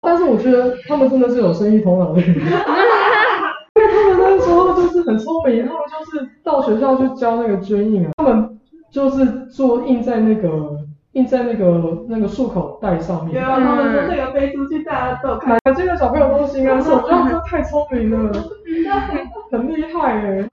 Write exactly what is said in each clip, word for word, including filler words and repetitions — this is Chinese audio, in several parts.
但是我觉得他们真的是有生意头脑的人，因为他们那时候就是很聪明，他们就是到学校去教那个捐印啊，他们就是做印在那个印在那个那个漱口袋上面。 对啊，他们说那个飞出去，大家都有看。 这个小朋友都心安，是我觉得他们太聪明了，很厉害哎。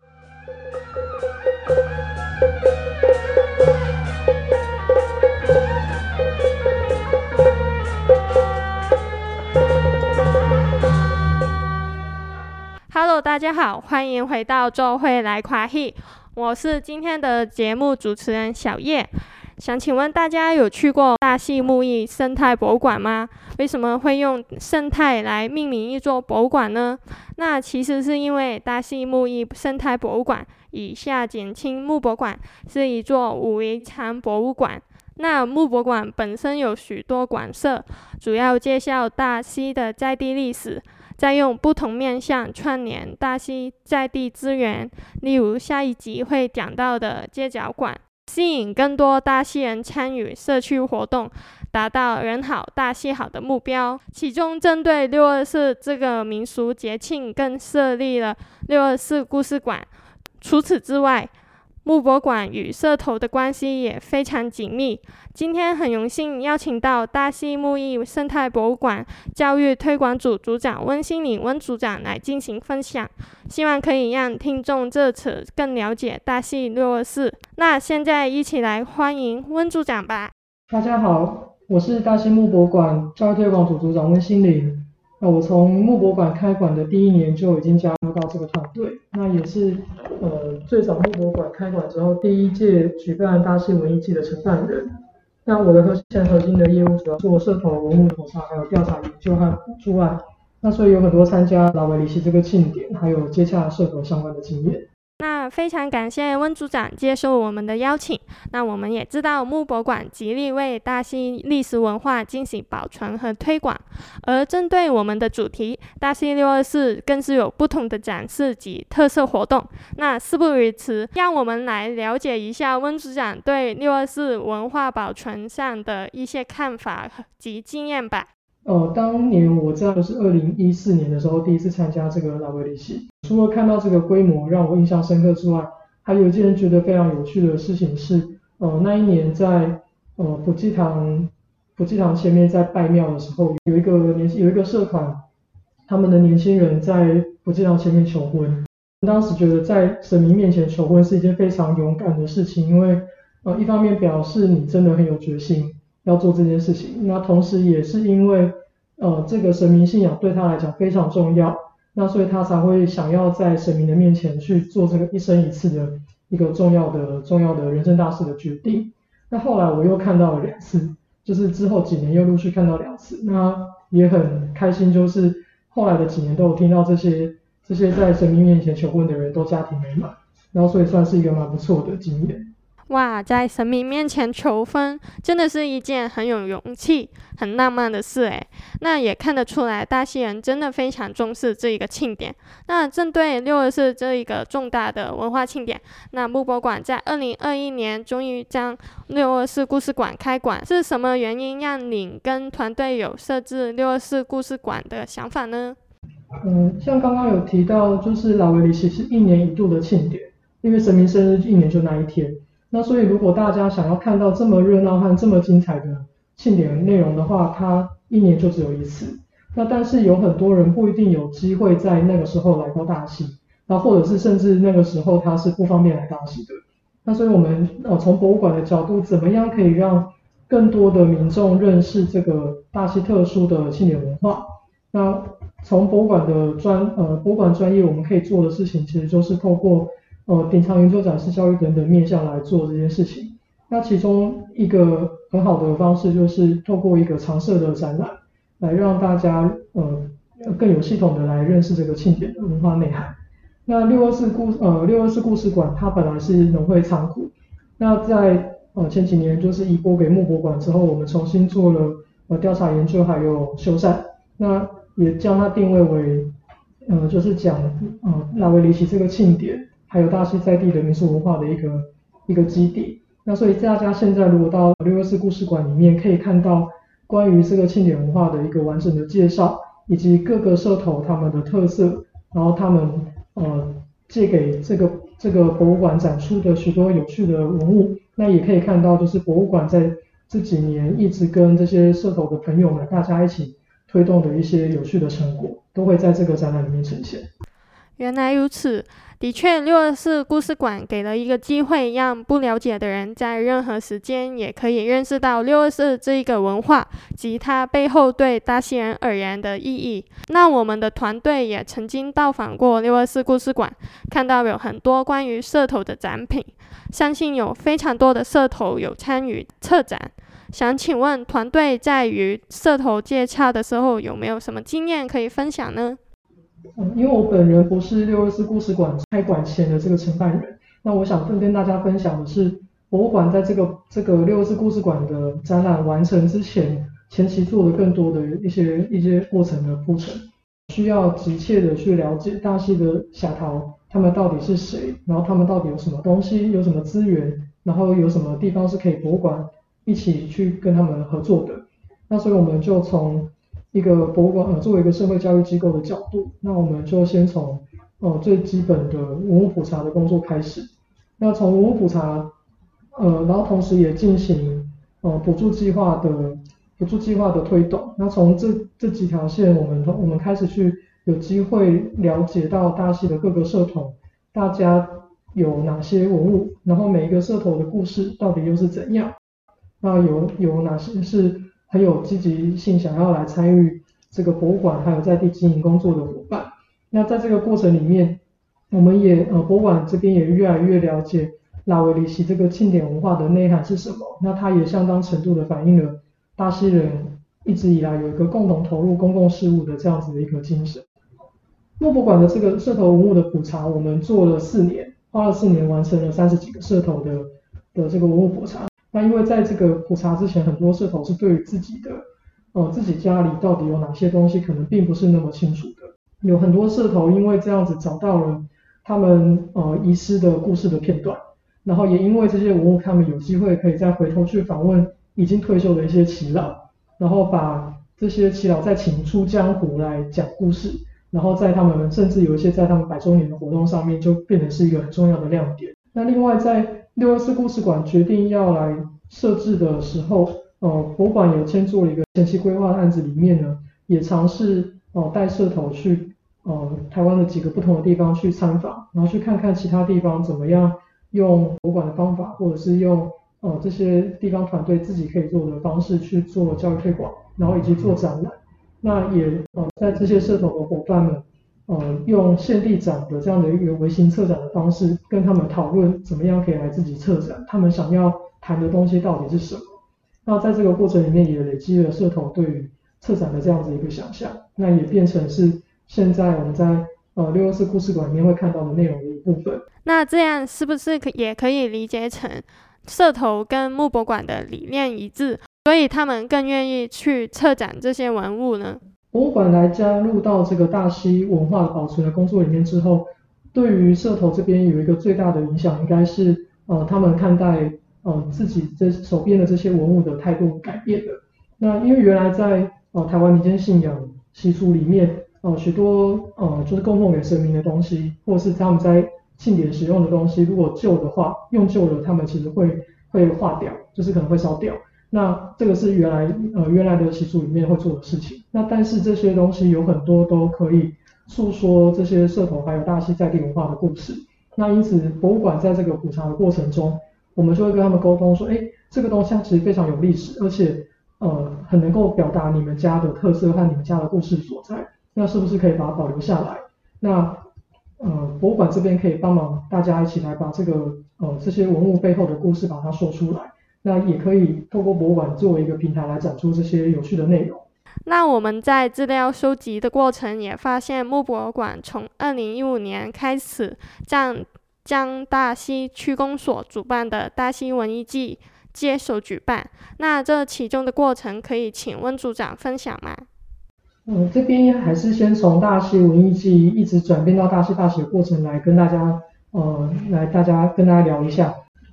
Hello， 大家好，欢迎回到周会来夸戏，我是今天的节目主持人小叶。想请问大家有去过大溪木艺生态博物馆吗？为什么会用生态来命名一座博物馆呢？那其实是因为大溪木艺生态博物馆以下简称木博馆是一座五围墙博物馆。那木博馆本身有许多馆舍，主要介绍大溪的在地历史，再用不同面向串联大溪在地资源，例如下一集会讲到的街角馆，吸引更多大溪人参与社区活动，达到人好大溪好的目标。其中针对六二四这个民俗节庆，更设立了六二四故事馆。除此之外，木博馆与社头的关系也非常紧密。今天很荣幸邀请到大溪木艺生态博物馆教育推广组组长温馨玲温组长来进行分享，希望可以让听众这次更了解大溪六二四。那现在一起来欢迎温组长吧。 大家好，我是大溪木博馆教育推广组组长温馨玲。那我从木博馆开馆的第一年就已经加入到这个团队，那也是呃最早木博馆开馆之后第一届举办大溪文艺季的承办人。那我的核心核心的业务主要做社头、文物考察，还有调查研究和辅助案。那所以有很多参加老维里西这个庆典，还有接洽社头相关的经验。 那非常感谢温组长接受我们的邀请。那我们也知道木博馆极力为大溪历史文化进行保存和推广，而针对我们的主题大溪六二四更是有不同的展示及特色活动。那事不宜迟，让我们来了解一下温组长对六二四文化保存上的一些看法及经验吧。 呃，当年我在就是二零一四年的时候第一次参加这个拉维里西，除了看到这个规模让我印象深刻之外，还有一件觉得非常有趣的事情是，呃，那一年在呃普济堂普济堂前面在拜庙的时候，有一个年有一个社团，他们的年轻人在普济堂前面求婚。当时觉得在神明面前求婚是一件非常勇敢的事情，因为呃一方面表示你真的很有决心要做这件事情，那同时也是因为呃这个神明信仰对他来讲非常重要，那所以他才会想要在神明的面前去做这个一生一次的一个重要的重要的人生大事的决定。那后来我又看到了两次，就是之后几年又陆续看到两次，那也很开心，就是后来的几年都有听到这些这些在神明面前求婚的人都家庭美满，然后所以算是一个蛮不错的经验。 哇，在神明面前求婚真的是一件很有勇气很浪漫的事诶。那也看得出来大溪人真的非常重视这一个庆典。那针对六二四这一个重大的文化庆典，那木博馆在二零二一年终于将六二四故事馆开馆，是什么原因让你跟团队有设置六二四故事馆的想法呢？ 嗯，像刚刚有提到，就是拉维里西是一年一度的庆典，因为神明生日一年就那一天。那所以如果大家想要看到这么热闹和这么精彩的庆典内容的话，它一年就只有一次。那但是有很多人不一定有机会在那个时候来到大溪，那或者是甚至那个时候他是不方便来大溪的。那所以我们呃从博物馆的角度，怎么样可以让更多的民众认识这个大溪特殊的庆典文化？那从博物馆的专呃博物馆专业，我们可以做的事情，其实就是透过呃，典藏研究展示教育等等面向来做这件事情。那其中一个很好的方式就是透过一个常设的展览，来让大家呃更有系统的来认识这个庆典的文化内涵。那六二四故呃六二四故事馆它本来是农会仓库，那在呃前几年就是移拨给木博馆之后，我们重新做了呃调查研究还有修缮，那也将它定位为呃就是讲呃拉维里西这个庆典。还有大溪在地的民俗文化的一个一个基地。那所以大家现在如果到六二四故事馆里面，可以看到关于这个庆典文化的一个完整的介绍，以及各个社头他们的特色，然后他们呃借给这个这个博物馆展出的许多有趣的文物。那也可以看到，就是博物馆在这几年一直跟这些社头的朋友们大家一起推动的一些有趣的成果，都会在这个展览里面呈现。 原来如此，的确六二四故事馆给了一个机会，让不了解的人在任何时间也可以认识到六二四这一个文化及它背后对大溪人而言的意义。那我们的团队也曾经到访过六二四故事馆，看到有很多关于社头的展品，相信有非常多的社头有参与策展。想请问团队在与社头接洽的时候有没有什么经验可以分享呢？ 嗯，因为我本人不是六二四故事馆开馆前的这个承办人，那我想跟大家分享的是，博物馆在这个这个六二四故事馆的展览完成之前，前期做了更多的一些一些过程的铺陈，需要急切的去了解大溪的侠陶他们到底是谁，然后他们到底有什么东西，有什么资源，然后有什么地方是可以博物馆一起去跟他们合作的。那所以我们就从一个博物馆呃作为一个社会教育机构的角度，那我们就先从呃最基本的文物普查的工作开始。那从文物普查呃然后同时也进行呃补助计划的补助计划的推动。那从这这几条线，我们我们开始去有机会了解到大溪的各个社头大家有哪些文物，然后每一个社头的故事到底又是怎样，那有有哪些是很有积极性想要来参与这个博物馆还有在地经营工作的伙伴。那在这个过程里面，我们也呃博物馆这边也越来越了解拉维里西这个庆典文化的内涵是什么。那它也相当程度的反映了大溪人一直以来有一个共同投入公共事务的这样子的一个精神。木博馆的这个社头文物的普查，我们做了四年，花了四年完成了三十几个社头的的这个文物普查。那因为在这个普查之前，很多社头是对于自己的呃自己家里到底有哪些东西可能并不是那么清楚的。有很多社头因为这样子找到了他们呃遗失的故事的片段，然后也因为这些文物，他们有机会可以再回头去访问已经退休的一些耆老，然后把这些耆老再请出江湖来讲故事，然后在他们甚至有一些在他们百周年的活动上面就变成是一个很重要的亮点。那另外在六二四故事馆决定要来设置的时候，呃，博物馆有先做了一个前期规划的案子，里面呢也尝试呃带社头去呃台湾的几个不同的地方去参访，然后去看看其他地方怎么样用博物馆的方法，或者是用呃这些地方团队自己可以做的方式去做教育推广，然后以及做展览。那也呃在这些社头的伙伴们呃用现地展的这样的一个微型策展的方式，跟他们讨论怎么样可以来自己策展，他们想要谈的东西到底是什么。那在这个过程里面也累积了社头对于策展的这样子一个想象，那也变成是现在我们在呃六二四故事馆里面会看到的内容的一部分。 那这样是不是可也可以理解成社头跟木博馆的理念一致，所以他们更愿意去策展这些文物呢？ 博物馆来加入到这个大溪文化的保存的工作里面之后，对于社头这边有一个最大的影响，应该是呃他们看待呃自己这手边的这些文物的态度改变了。那因为原来在呃台湾民间信仰习俗里面，呃许多呃就是供奉给神明的东西，或是他们在庆典使用的东西，如果旧的话，用旧了，他们其实会会化掉，就是可能会烧掉。那这个是原来呃原来的习俗里面会做的事情。那但是这些东西有很多都可以诉说这些社头还有大溪在地文化的故事。那因此博物馆在这个普查的过程中，我们就会跟他们沟通说，哎，这个东西它其实非常有历史，而且呃很能够表达你们家的特色和你们家的故事所在。那是不是可以把它保留下来？那呃博物馆这边可以帮忙大家一起来把这个呃这些文物背后的故事把它说出来。那也可以透过博物馆作为一个平台来展出这些有趣的内容。 那我们在资料收集的过程也发现，木博馆从二零一五年开始将将大溪区公所主办的大溪文艺季接手举办。那这其中的过程可以请温组长分享吗？ 嗯，这边还是先从大溪文艺季一直转变到大溪大学的过程来跟大家呃来大家跟大家聊一下。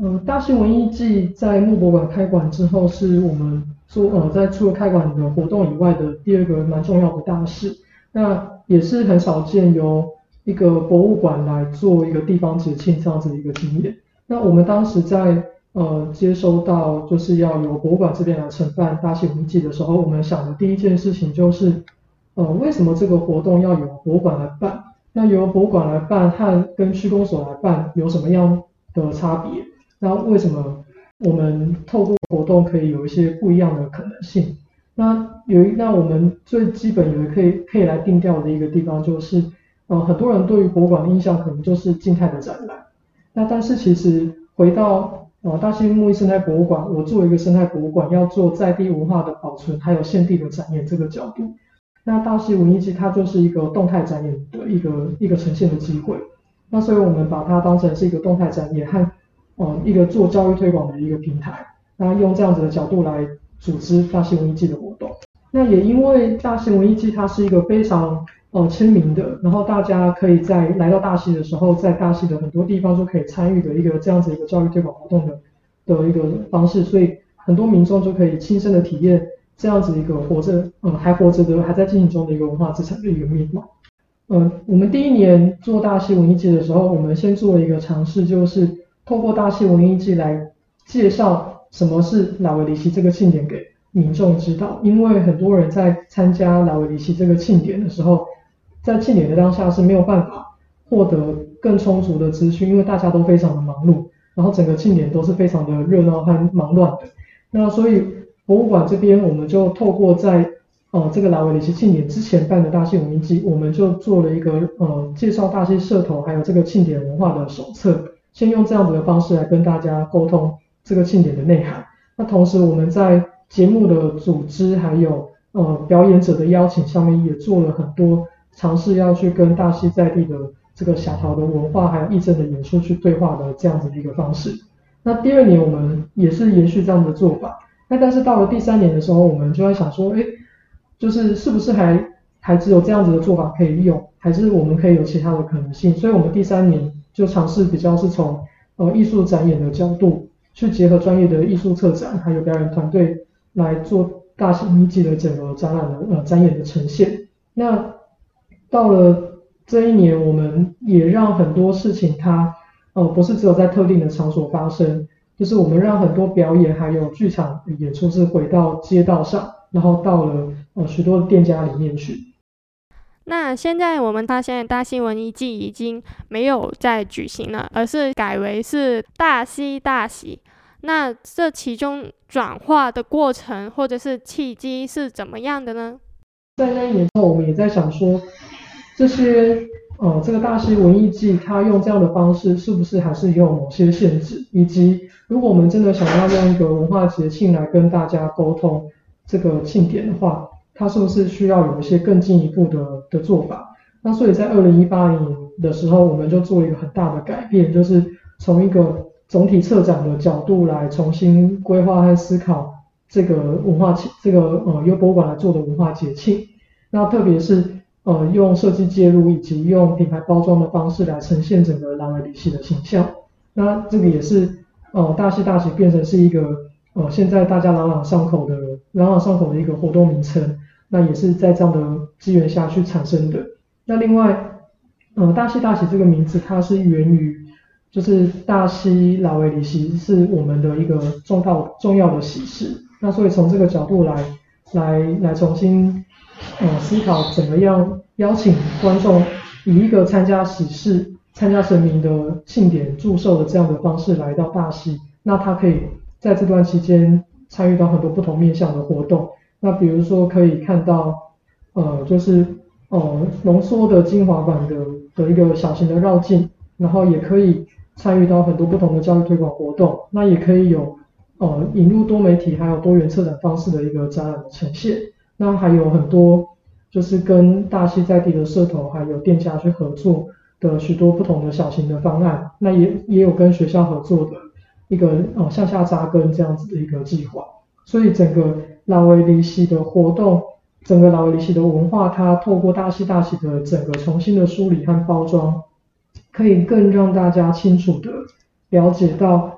呃，大溪文艺季在木博馆开馆之后，是我们做呃在除了开馆的活动以外的第二个蛮重要的大事。那也是很少见由一个博物馆来做一个地方节庆这样子的一个经验。那我们当时在呃接收到就是要由博物馆这边来承办大溪文艺季的时候，我们想的第一件事情就是呃为什么这个活动要由博物馆来办？那由博物馆来办和跟区公所来办有什么样的差别？那为什么我们透过活动可以有一些不一样的可能性？那有一，那我们最基本有一个可以可以来定调的一个地方就是，呃，很多人对于博物馆的印象可能就是静态的展览。那但是其实回到呃大溪木艺生态博物馆，我作为一个生态博物馆，要做在地文化的保存，还有现地的展演这个角度，那大溪文艺季它就是一个动态展演的一个一个呈现的机会。那所以我们把它当成是一个动态展演和呃一个做教育推广的一个平台，那用这样子的角度来组织大溪文艺季的活动。那也因为大溪文艺季它是一个非常呃亲民的，然后大家可以在来到大溪的时候，在大溪的很多地方就可以参与的一个这样子一个教育推广活动的的一个方式，所以很多民众就可以亲身的体验这样子一个活着呃还活着的还在进行中的一个文化资产的一个面貌。呃，我们第一年做大溪文艺季的时候，我们先做了一个尝试，就是透过大溪文艺季来介绍什么是拉维里西这个庆典给民众知道，因为很多人在参加拉维里西这个庆典的时候，在庆典的当下是没有办法获得更充足的资讯，因为大家都非常的忙碌，然后整个庆典都是非常的热闹和忙乱的。那所以博物馆这边我们就透过在呃这个拉维里西庆典之前办的大溪文艺季，我们就做了一个呃介绍大溪社头还有这个庆典文化的手册，先用这样子的方式来跟大家沟通这个庆典的内涵。那同时我们在节目的组织还有呃表演者的邀请上面也做了很多尝试，要去跟大溪在地的这个霞桃的文化还有义政的演出去对话的这样子的一个方式。那第二年我们也是延续这样的做法，那但是到了第三年的时候，我们就在想说，哎，就是是不是还还只有这样子的做法可以用，还是我们可以有其他的可能性？所以我们第三年就尝试比较是从呃艺术展演的角度，去结合专业的艺术策展还有表演团队来做大型密集的整个展览的呃展演的呈现。那到了这一年，我们也让很多事情它呃不是只有在特定的场所发生，就是我们让很多表演还有剧场演出是回到街道上，然后到了呃许多店家里面去。 那现在我们发现大溪文艺季已经没有再举行了，而是改为是大溪大喜。那这其中转化的过程或者是契机是怎么样的呢？ 在那一年后，我们也在想说，这些呃这个大溪文艺季它用这样的方式是不是还是有某些限制，以及如果我们真的想要用一个文化节庆来跟大家沟通这个庆典的话，它是不是需要有一些更进一步的的做法？那所以在二零一八年的时候，我们就做了一个很大的改变，就是从一个总体策展的角度来重新规划和思考这个文化这个呃由博物馆来做的文化节庆。那特别是呃用设计介入以及用品牌包装的方式来呈现整个拉维里西的形象。那这个也是呃大溪大喜变成是一个呃现在大家朗朗上口的朗朗上口的一个活动名称。那也是在这样的机缘下去产生的。那另外，呃，大溪大喜这个名字它是源于，就是大溪拉维里西是我们的一个重要重要的喜事。那所以从这个角度来来来重新呃思考怎么样邀请观众以一个参加喜事、参加神明的庆典祝寿的这样的方式来到大溪，那他可以在这段期间参与到很多不同面向的活动。那比如说可以看到，呃，就是呃浓缩的精华版的的一个小型的绕境，然后也可以参与到很多不同的教育推广活动，那也可以有呃引入多媒体还有多元策展方式的一个展览的呈现。那还有很多就是跟大溪在地的社头还有店家去合作的许多不同的小型的方案，那也也有跟学校合作的一个呃向下扎根这样子的一个计划。所以整个拉维里西的活动，整个拉维里西的文化，它透过大溪大喜的整个重新的梳理和包装，可以更让大家清楚的了解到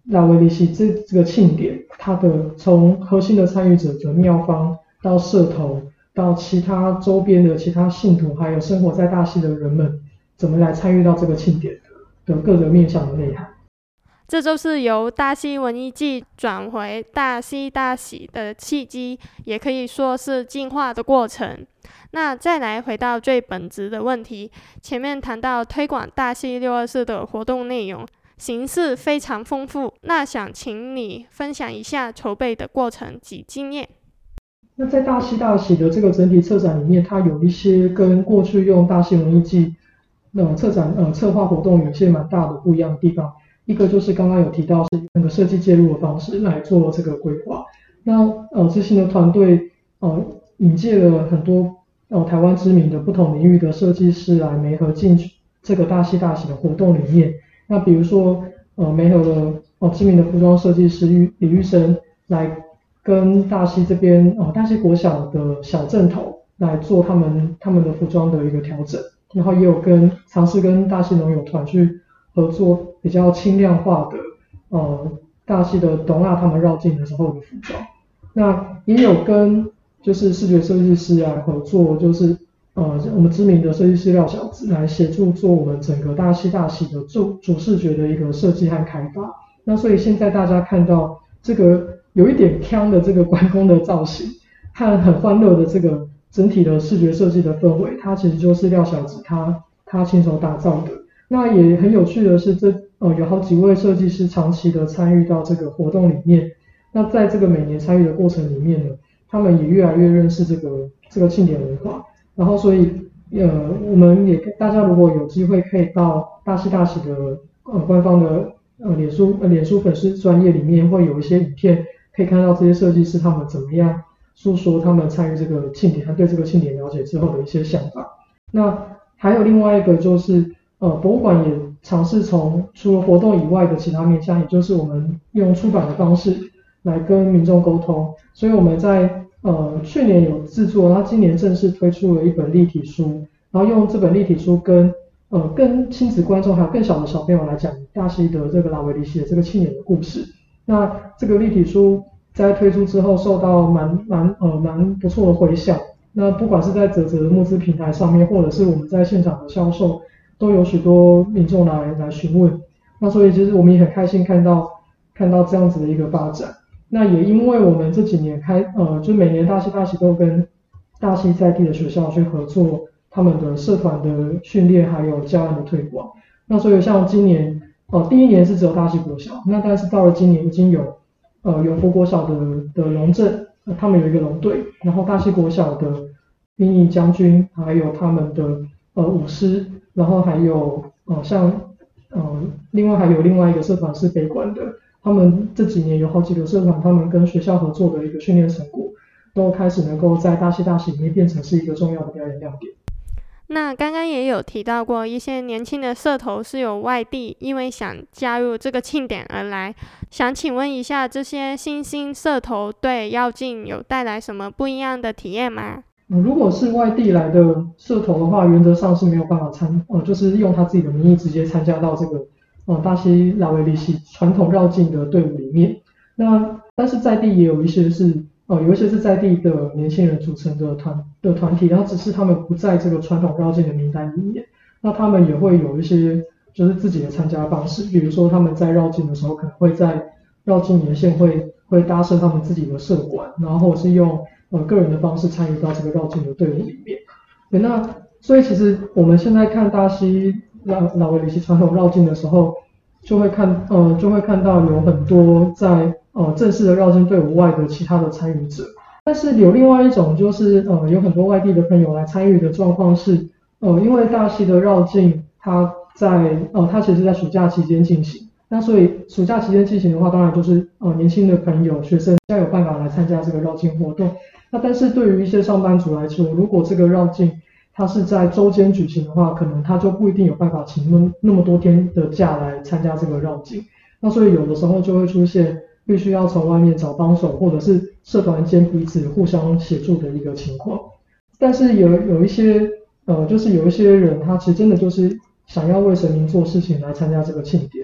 拉维利西这这个庆典，它的从核心的参与者的庙方到社头，到其他周边的其他信徒，还有生活在大溪的人们，怎么来参与到这个庆典的的各个面向的内涵。 这就是由大溪文艺季转回大溪大喜的契机，也可以说是进化的过程。那再来回到最本质的问题，前面谈到推广大溪六二四的活动内容，形式非常丰富，那想请你分享一下筹备的过程及经验。 那在大溪大喜的这个整体策展里面，它有一些跟过去用大溪文艺季呃策展呃策划活动有一些蛮大的不一样的地方。一个就是刚刚有提到是那个设计介入的方式来做这个规划。那呃执行的团队呃引介了很多呃台湾知名的不同领域的设计师来媒合进这个大溪大喜的活动里面。那比如说呃媒合了呃知名的服装设计师李玉生来跟大溪这边呃大溪国小的小镇头来做他们他们的服装的一个调整，然后也有跟尝试跟大溪农友团去合作比较轻量化的呃大溪的董亚他们绕境的时候的服装。那也有跟就是视觉设计师啊合作，就是呃我们知名的设计师廖小子来协助做我们整个大溪大喜的主主视觉的一个设计和开发。那所以现在大家看到这个有一点鏘的这个关公的造型和很欢乐的这个整体的视觉设计的氛围，它其实就是廖小子他他亲手打造的。那也很有趣的是这呃有好几位设计师长期的参与到这个活动里面。那在这个每年参与的过程里面呢，他们也越来越认识这个这个庆典文化。然后所以呃我们也大家如果有机会可以到大溪大喜的呃官方的呃脸书呃脸书粉丝专页里面，会有一些影片可以看到这些设计师他们怎么样诉说他们参与这个庆典和对这个庆典了解之后的一些想法。那还有另外一个就是呃，博物馆也尝试从除了活动以外的其他面向，也就是我们用出版的方式来跟民众沟通。所以我们在呃去年有制作，然后今年正式推出了一本立体书，然后用这本立体书跟呃跟亲子观众还有更小的小朋友来讲大溪的这个拉维利西的这个庆典的故事。那这个立体书在推出之后受到蛮蛮呃蛮不错的回响。那不管是在嘖嘖的募资平台上面，或者是我们在现场的销售，都有许多民众来来询问。那所以其实我们也很开心看到看到这样子的一个发展。那也因为我们这几年开呃就每年大溪大喜都跟大溪在地的学校去合作他们的社团的训练还有教案的推广。那所以像今年呃第一年是只有大溪国小，那但是到了今年已经有呃永福国小的的龙镇、呃、他们有一个龙队，然后大溪国小的兵役将军还有他们的呃舞狮，然后还有呃像呃另外还有另外一个社团是北管的，他们这几年有好几个社团他们跟学校合作的一个训练成果都开始能够在大溪大喜里面变成是一个重要的表演亮点。 那刚刚也有提到过一些年轻的社头是有外地因为想加入这个庆典而来，想请问一下这些新兴社头对绕境有带来什么不一样的体验吗？ 嗯、如果是外地来的社头的话，原则上是没有办法参呃就是用他自己的名义直接参加到这个呃大溪拉维利西传统绕境的队伍里面。那但是在地也有一些是呃有一些是在地的年轻人组成的团的团体，然后只是他们不在这个传统绕境的名单里面。那他们也会有一些就是自己的参加方式，比如说他们在绕境的时候可能会在绕境沿线会会搭设他们自己的社馆，然后或者是用呃个人的方式参与到这个绕境的队伍里面。对，那所以其实我们现在看大溪拉拉维利西传统绕境的时候，就会看呃就会看到有很多在呃正式的绕境队伍外的其他的参与者。但是有另外一种就是呃有很多外地的朋友来参与的状况是呃因为大溪的绕境它在呃它其实在暑假期间进行。那所以暑假期间进行的话，当然就是呃年轻的朋友学生要有办法来参加这个绕境活动。那但是对于一些上班族来说，如果这个绕境它是在周间举行的话，可能他就不一定有办法请那么那么多天的假来参加这个绕境。那所以有的时候就会出现必须要从外面找帮手，或者是社团间彼此互相协助的一个情况。但是有有一些呃就是有一些人他其实真的就是想要为神明做事情来参加这个庆典的。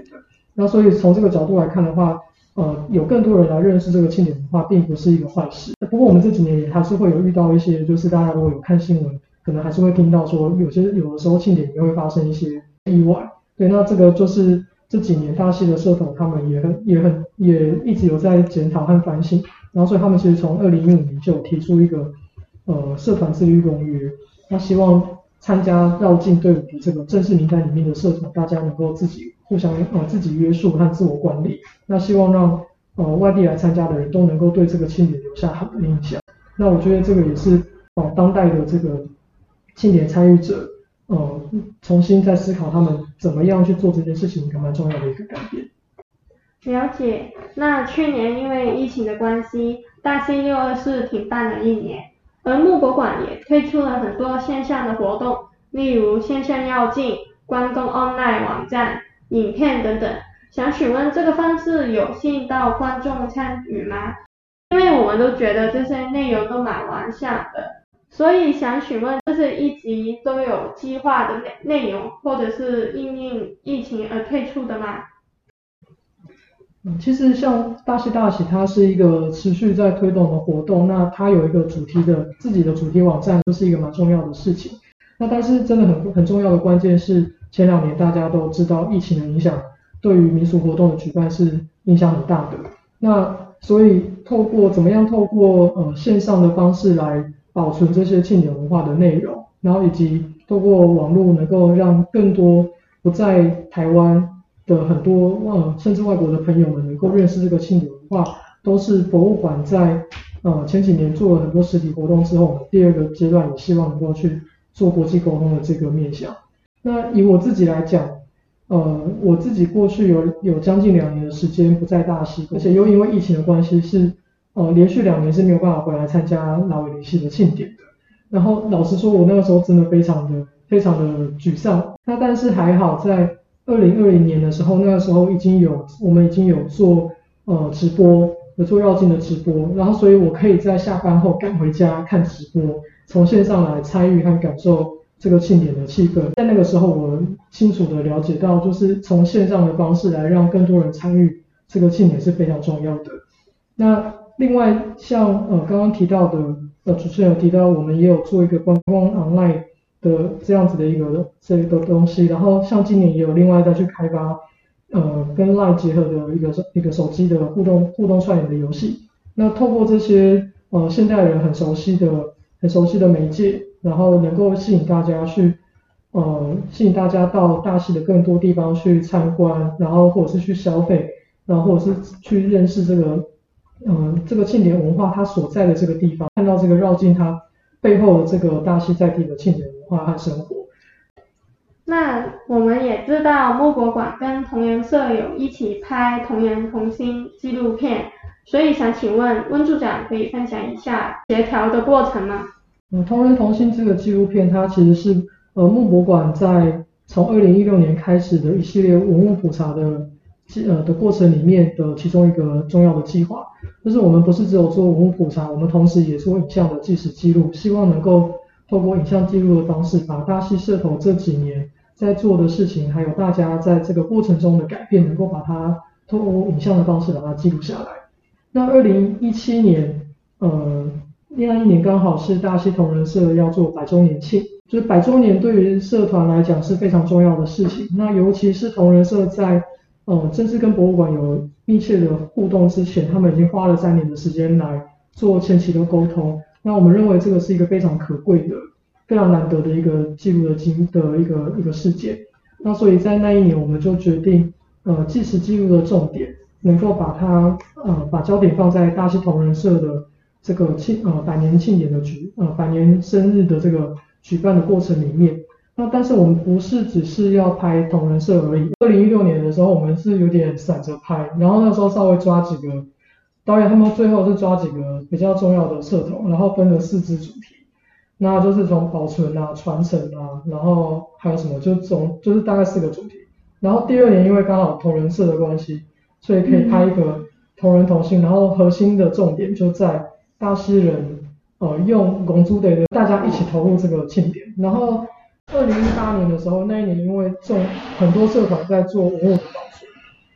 那所以从这个角度来看的话，呃，有更多人来认识这个庆典文化，并不是一个坏事。不过我们这几年也还是会有遇到一些，就是大家如果有看新闻，可能还是会听到说，有些有的时候庆典里面会发生一些意外。对，那这个就是这几年大溪的社团他们也很也很也一直有在检讨和反省，然后所以他们其实从二零一五年就有提出一个呃社团自律公约，那希望参加绕境队伍的这个正式名单里面的社团，大家能够自己互相呃自己约束和自我管理，那希望让呃外地来参加的人都能够对这个庆典留下好的印象。那我觉得这个也是呃当代的这个庆典参与者呃重新在思考他们怎么样去做这件事情，一个蛮重要的一个改变。 了解。那去年因为疫情的关系，大溪六二四停办了一年，而木博馆也推出了很多线上的活动，例如线上绕境、关公 online 网站、影片等等。想询问这个方式有吸引到观众参与吗？因为我们都觉得这些内容都蛮完善的，所以想询问这是一集都有计划的内容，或者是因应疫情而推出的吗？ 嗯，其实像大溪大喜，它是一个持续在推动的活动，那它有一个主题的自己的主题网站，就是一个蛮重要的事情。那但是真的很很重要的关键是，前两年大家都知道疫情的影响，对于民俗活动的举办是影响很大的。那所以透过怎么样透过呃线上的方式来保存这些庆典文化的内容，然后以及透过网络能够让更多不在台湾的很多呃甚至外国的朋友们能够认识这个庆典文化，都是博物馆在呃前几年做了很多实体活动之后，我们第二个阶段也希望能够去做国际沟通的这个面向。那以我自己来讲，呃我自己过去有有将近两年的时间不在大溪，而且又因为疫情的关系是呃连续两年是没有办法回来参加拉维尼西的庆典的。然后老实说，我那个时候真的非常的非常的沮丧。那但是还好在二零二零年的时候，那个时候已经有我们已经有做呃直播，有做绕境的直播，然后所以我可以在下班后赶回家看直播，从线上来参与和感受这个庆典的气氛。在那个时候，我清楚的了解到，就是从线上的方式来让更多人参与这个庆典是非常重要的。那另外像呃刚刚提到的，呃主持人有提到，我们也有做一个观光 online 的这样子的一个这个东西，然后像今年也有另外再去开发呃跟 LINE 结合的一个一个手机的互动互动串联的游戏。那透过这些呃现代人很熟悉的很熟悉的媒介，然后能够吸引大家去呃吸引大家到大溪的更多地方去参观，然后或者是去消费，然后或者是去认识这个嗯、呃这个庆典文化它所在的这个地方，看到这个绕境它背后的这个大溪在地的庆典文化和生活。 那我们也知道木博馆跟同人社有一起拍同人同心纪录片，所以想请问温处长可以分享一下协调的过程吗？ 嗯，同人同心这个纪录片，它其实是呃木博馆在从二零一六年开始的一系列文物普查的呃的过程里面的其中一个重要的计划。就是我们不是只有做文物普查，我们同时也做影像的纪实记录，希望能够透过影像记录的方式，把大溪社头这几年在做的事情，还有大家在这个过程中的改变，能够把它透过影像的方式把它记录下来。那二零一七年，呃，那一年刚好是大溪同人社要做百周年庆，就是百周年对于社团来讲是非常重要的事情。那尤其是同人社在呃正式跟博物馆有密切的互动之前，他们已经花了三年的时间来做前期的沟通。那我们认为这个是一个非常可贵的、非常难得的一个记录的经的一个一个事件。那所以在那一年，我们就决定，呃，纪实记录的重点能够把它呃把焦点放在大溪同人社的这个庆呃百年庆典的举呃百年生日的这个举办的过程里面。那但是我们不是只是要拍同人社而已。二零一六年的时候，我们是有点散着拍，然后那时候稍微抓几个导演，他们最后是抓几个比较重要的社头，然后分了四支主题。那就是从保存啊、传承啊，然后还有什么，就总就是大概四个主题。然后第二年因为刚好同人社的关系，所以可以拍一个同人同心，然后核心的重点就在大溪人呃用公主的大家一起投入这个庆典。然后二零一八年的时候，那一年因为众很多社团在做文物的保存，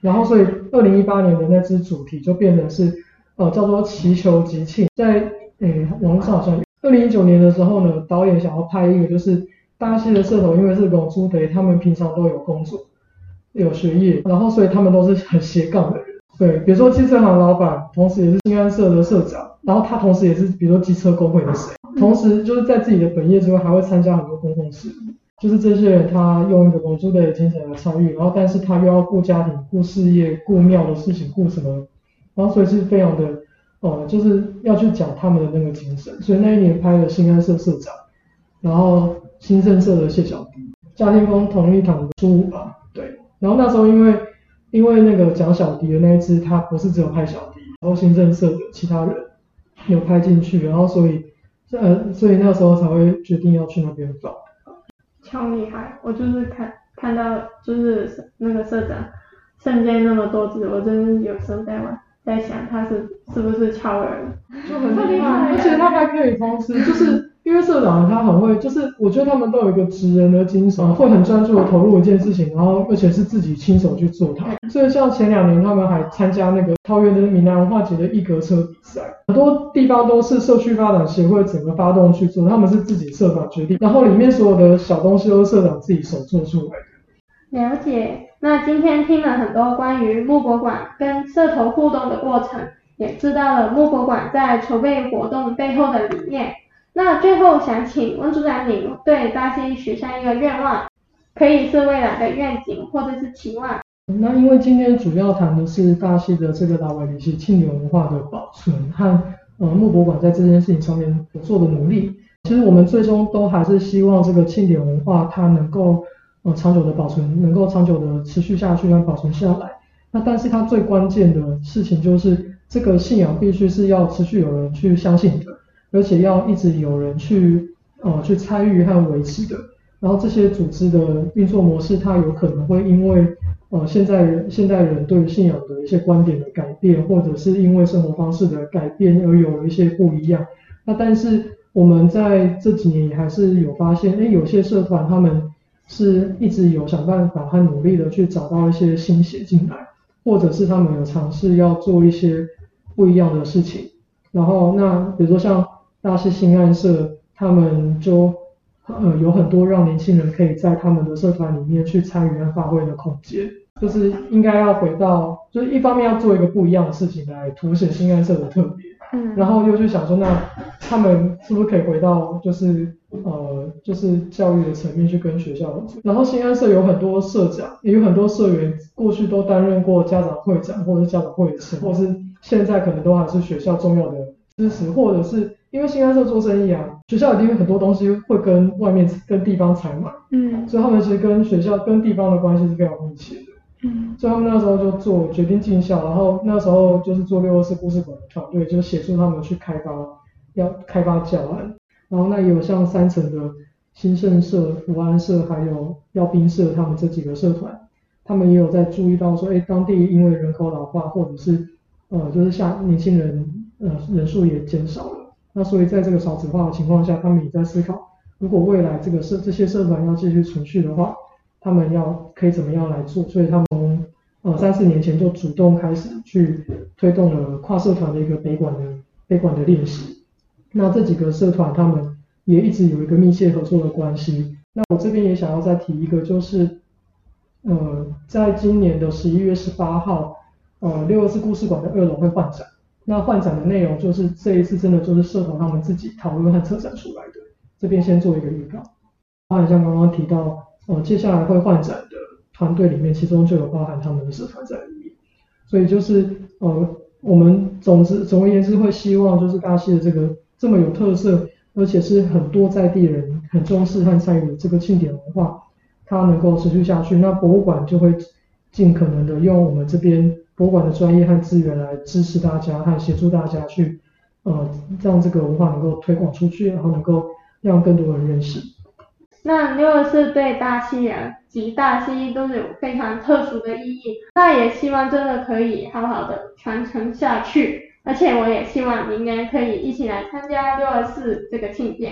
然后所以二零一八年的那支主题就变成是呃叫做祈求吉庆，在诶网络上好像有。二零一九年的时候呢，导演想要拍一个就是大溪的社头，因为是龙珠的，他们平常都有工作有学业，然后所以他们都是很斜杠的人。对，比如说汽车行老板，同时也是新安社的社长，然后他同时也是比如说机车工会的谁，同时就是在自己的本业之外，还会参加很多公共事务。就是这些人他用一个龙珠的精神来参与，然后但是他又要顾家庭、顾事业、顾庙的事情、顾什么，然后所以是非常的呃，就是要去讲他们的那个精神。所以那一年拍了新安社社长，然后新盛社的谢小弟，嘉天宫同一堂的初五吧，对。然后那时候因为因为那个讲小弟的那一支，他不是只有拍小弟，然后新盛社的其他人有拍进去，然后所以呃，所以那时候才会决定要去那边放。 超厉害！我就是看看到就是那个社长身兼那么多职，我真的有时候在玩，在想他是是不是超人， 就很厉害，而且他还可以同时就是因为社长他很会，就是我觉得他们都有一个职人的精神，会很专注的投入一件事情，然后而且是自己亲手去做它。所以像前两年他们还参加那个桃园的闽南文化节的一格车比赛，很多地方都是社区发展协会整个发动去做，他们是自己社长决定，然后里面所有的小东西都是社长自己手做出来的。 了解。那今天听了很多关于木博馆跟社头互动的过程，也知道了木博馆在筹备活动背后的理念。那最后想请温组长您对大溪许下一个愿望，可以是未来的愿景或者是期望。 那因为今天主要谈的是大溪的这个达维里西庆典文化的保存和呃木博馆在这件事情上面做的努力。其实我们最终都还是希望这个庆典文化它能够呃长久的保存，能够长久的持续下去和保存下来。那但是它最关键的事情就是这个信仰必须是要持续有人去相信的，而且要一直有人去呃去参与和维持的。然后这些组织的运作模式，它有可能会因为呃现在人现代人对于信仰的一些观点的改变，或者是因为生活方式的改变而有了一些不一样。那但是我们在这几年也还是有发现，哎，有些社团他们是一直有想办法和努力的去找到一些新血进来，或者是他们有尝试要做一些不一样的事情。然后那比如说像大溪新安社，他们就呃有很多让年轻人可以在他们的社团里面去参与和发挥的空间。就是应该要回到，就是一方面要做一个不一样的事情来凸显新安社的特别，嗯，然后又去想说，那他们是不是可以回到就是呃就是教育的层面去跟学校合作。然后新安社有很多社长，也有很多社员过去都担任过家长会长或者是家长会长，或是现在可能都还是学校重要的支持，或者是因为新安社做生意啊，学校一定很多东西会跟外面跟地方采买，嗯，所以他们其实跟学校跟地方的关系是非常密切的。嗯，所以他们那时候就做决定进校，然后那时候就是做六二四故事馆的团队，就协助他们去开发，要开发教案。然后那也有像三层的新盛社、福安社还有耀兵社，他们这几个社团，他们也有在注意到说，哎，当地因为人口老化或者是呃就是下年轻人呃人数也减少了，那所以在这个少子化的情况下，他们也在思考，如果未来这个社这些社团要继续存续的话，他们要可以怎么样来做？所以他们从呃三四年前就主动开始去推动了跨社团的一个北管的北管的练习。那这几个社团他们也一直有一个密切合作的关系。那我这边也想要再提一个，就是呃在今年的十一月十八号，呃六二四故事馆的二楼会换展。那换展的内容就是这一次真的就是社团他们自己讨论和策展出来的。这边先做一个预告。包含像刚刚提到。呃，接下来会换展的团队里面，其中就有包含他们的社团在里面，所以就是呃，我们总之总而言之会希望就是大溪的这个这么有特色，而且是很多在地人很重视和参与的这个庆典文化，它能够持续下去。那博物馆就会尽可能的用我们这边博物馆的专业和资源来支持大家和协助大家去呃让这个文化能够推广出去，然后能够让更多人认识。 那六二四对大溪人及大溪都是有非常特殊的意义，那也希望真的可以好好的传承下去，而且我也希望明年可以一起来参加六二四这个庆典。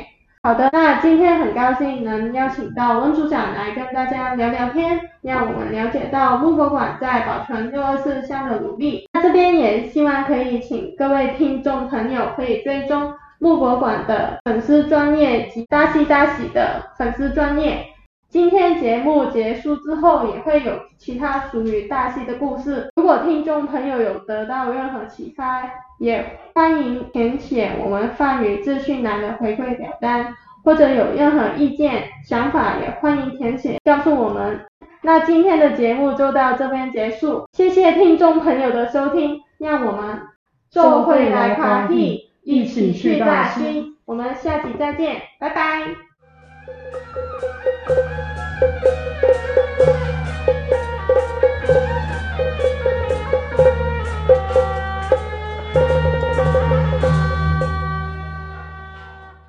好的，那今天很高兴能邀请到温组长来跟大家聊聊天，让我们了解到木博馆在保存六二四乡的努力。那这边也希望可以请各位听众朋友可以追踪木博馆的粉丝专页及大喜大喜的粉丝专页。今天节目结束之后也会有其他属于大戏的故事，如果听众朋友有得到任何启发，也欢迎填写我们放于资讯栏的回馈表单，或者有任何意见想法也欢迎填写告诉我们。那今天的节目就到这边结束，谢谢听众朋友的收听，让我们做会来夸戏，一起去大溪，我们下集再见，拜拜。